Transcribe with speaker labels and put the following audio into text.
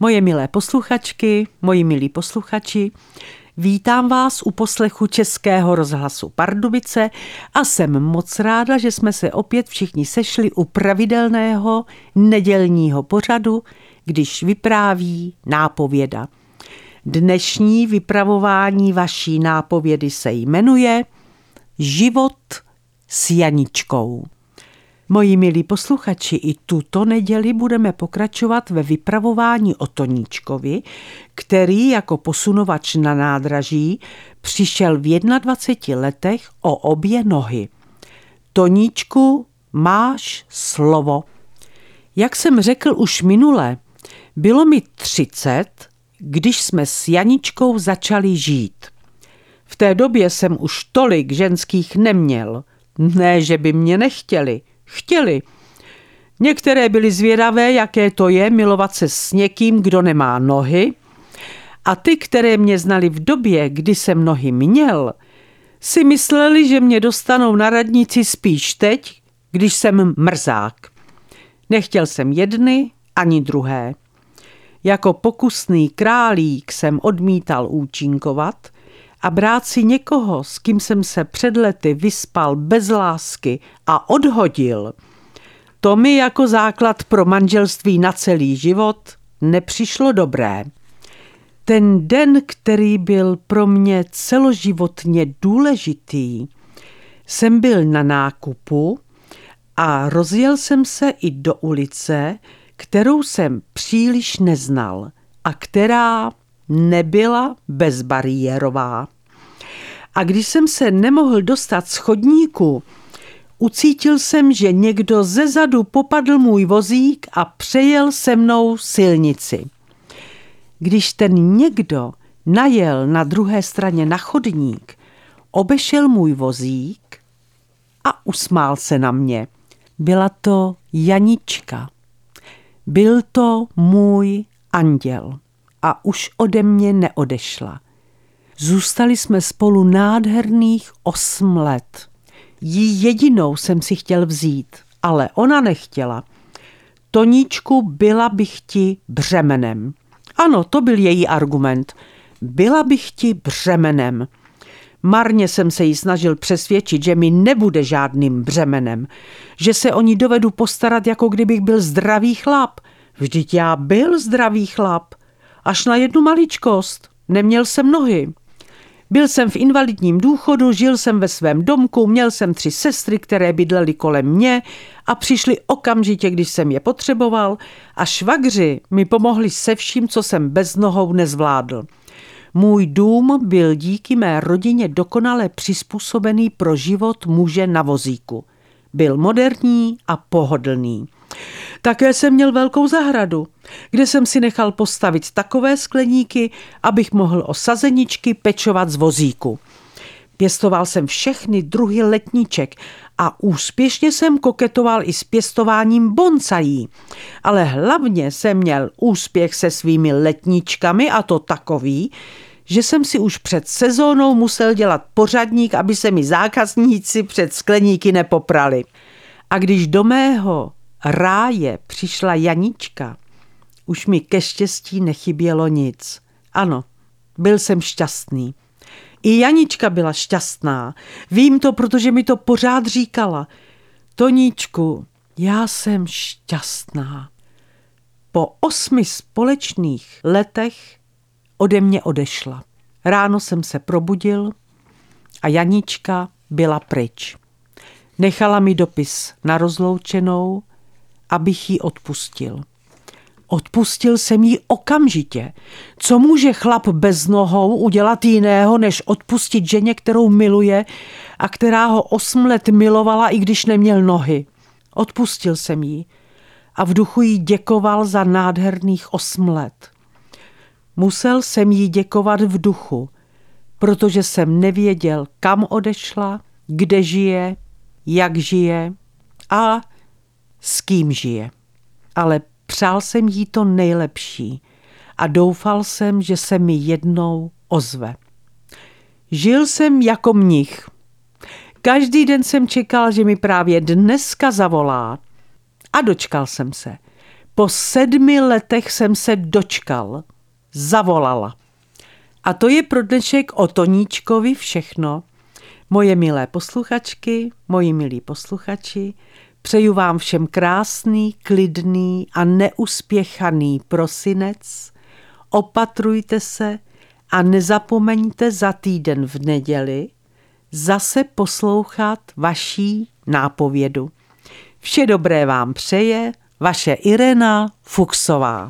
Speaker 1: Moje milé posluchačky, moji milí posluchači, vítám vás u poslechu Českého rozhlasu Pardubice a jsem moc ráda, že jsme se opět všichni sešli u pravidelného nedělního pořadu, když vypráví nápověda. Dnešní vypravování vaší nápovědy se jmenuje Život s Janičkou. Moji milí posluchači, i tuto neděli budeme pokračovat ve vypravování o Toníčkovi, který jako posunovač na nádraží přišel v 21 letech o obě nohy. Toníčku, máš slovo. Jak jsem řekl už minule, bylo mi 30, když jsme s Janičkou začali žít. V té době jsem už tolik ženských neměl. Ne, že by mě nechtěli. Chtěli. Některé byly zvědavé, jaké to je milovat se s někým, kdo nemá nohy, a ty, které mě znali v době, kdy jsem nohy měl, si mysleli, že mě dostanou na radnici spíš teď, když jsem mrzák. Nechtěl jsem jedny ani druhé. Jako pokusný králík jsem odmítal účinkovat a brát si někoho, s kým jsem se před lety vyspal bez lásky a odhodil, to mi jako základ pro manželství na celý život nepřišlo dobré. Ten den, který byl pro mě celoživotně důležitý, jsem byl na nákupu a rozjel jsem se i do ulice, kterou jsem příliš neznal a která nebyla bezbariérová. A když jsem se nemohl dostat z chodníku, ucítil jsem, že někdo zezadu popadl můj vozík a přejel se mnou silnici. Když ten někdo najel na druhé straně na chodník, obešel můj vozík a usmál se na mě. Byla to Janička. Byl to můj anděl. A už ode mě neodešla. Zůstali jsme spolu nádherných 8 let. Jí jedinou jsem si chtěl vzít, ale ona nechtěla. Toníčku, byla bych ti břemenem. Ano, to byl její argument. Byla bych ti břemenem. Marně jsem se jí snažil přesvědčit, že mi nebude žádným břemenem. Že se o ní dovedu postarat, jako kdybych byl zdravý chlap. Vždyť já byl zdravý chlap. Až na jednu maličkost. Neměl jsem nohy. Byl jsem v invalidním důchodu, žil jsem ve svém domku, měl jsem 3 sestry, které bydlely kolem mě a přišli okamžitě, když jsem je potřeboval, a švagři mi pomohli se vším, co jsem bez nohou nezvládl. Můj dům byl díky mé rodině dokonale přizpůsobený pro život muže na vozíku. Byl moderní a pohodlný. Také jsem měl velkou zahradu, kde jsem si nechal postavit takové skleníky, abych mohl o sazeničky pečovat z vozíku. Pěstoval jsem všechny druhy letníček a úspěšně jsem koketoval i s pěstováním bonsají. Ale hlavně jsem měl úspěch se svými letníčkami, a to takový, že jsem si už před sezónou musel dělat pořadník, aby se mi zákazníci před skleníky nepoprali. A když do mého ráje přišla Janička, už mi ke štěstí nechybělo nic. Ano, byl jsem šťastný. I Janička byla šťastná. Vím to, protože mi to pořád říkala. Toníčku, já jsem šťastná. Po 8 společných letech ode mě odešla. Ráno jsem se probudil a Janička byla pryč. Nechala mi dopis na rozloučenou, abych jí odpustil. Odpustil jsem jí okamžitě. Co může chlap bez nohou udělat jiného, než odpustit ženě, kterou miluje a která ho 8 let milovala, i když neměl nohy? Odpustil jsem jí a v duchu jí děkoval za nádherných 8 let. Musel jsem jí děkovat v duchu, protože jsem nevěděl, kam odešla, kde žije, jak žije a s kým žije. Ale přál jsem jí to nejlepší a doufal jsem, že se mi jednou ozve. Žil jsem jako mnich. Každý den jsem čekal, že mi právě dneska zavolá. A dočkal jsem se. Po 7 letech jsem se dočkal. Zavolala. A to je pro dnešek o Toníčkovi všechno. Moje milé posluchačky, moji milí posluchači, přeju vám všem krásný, klidný a neuspěchaný prosinec. Opatrujte se a nezapomeňte za týden v neděli zase poslouchat vaší nápovědu. Vše dobré vám přeje vaše Irena Fuchsová.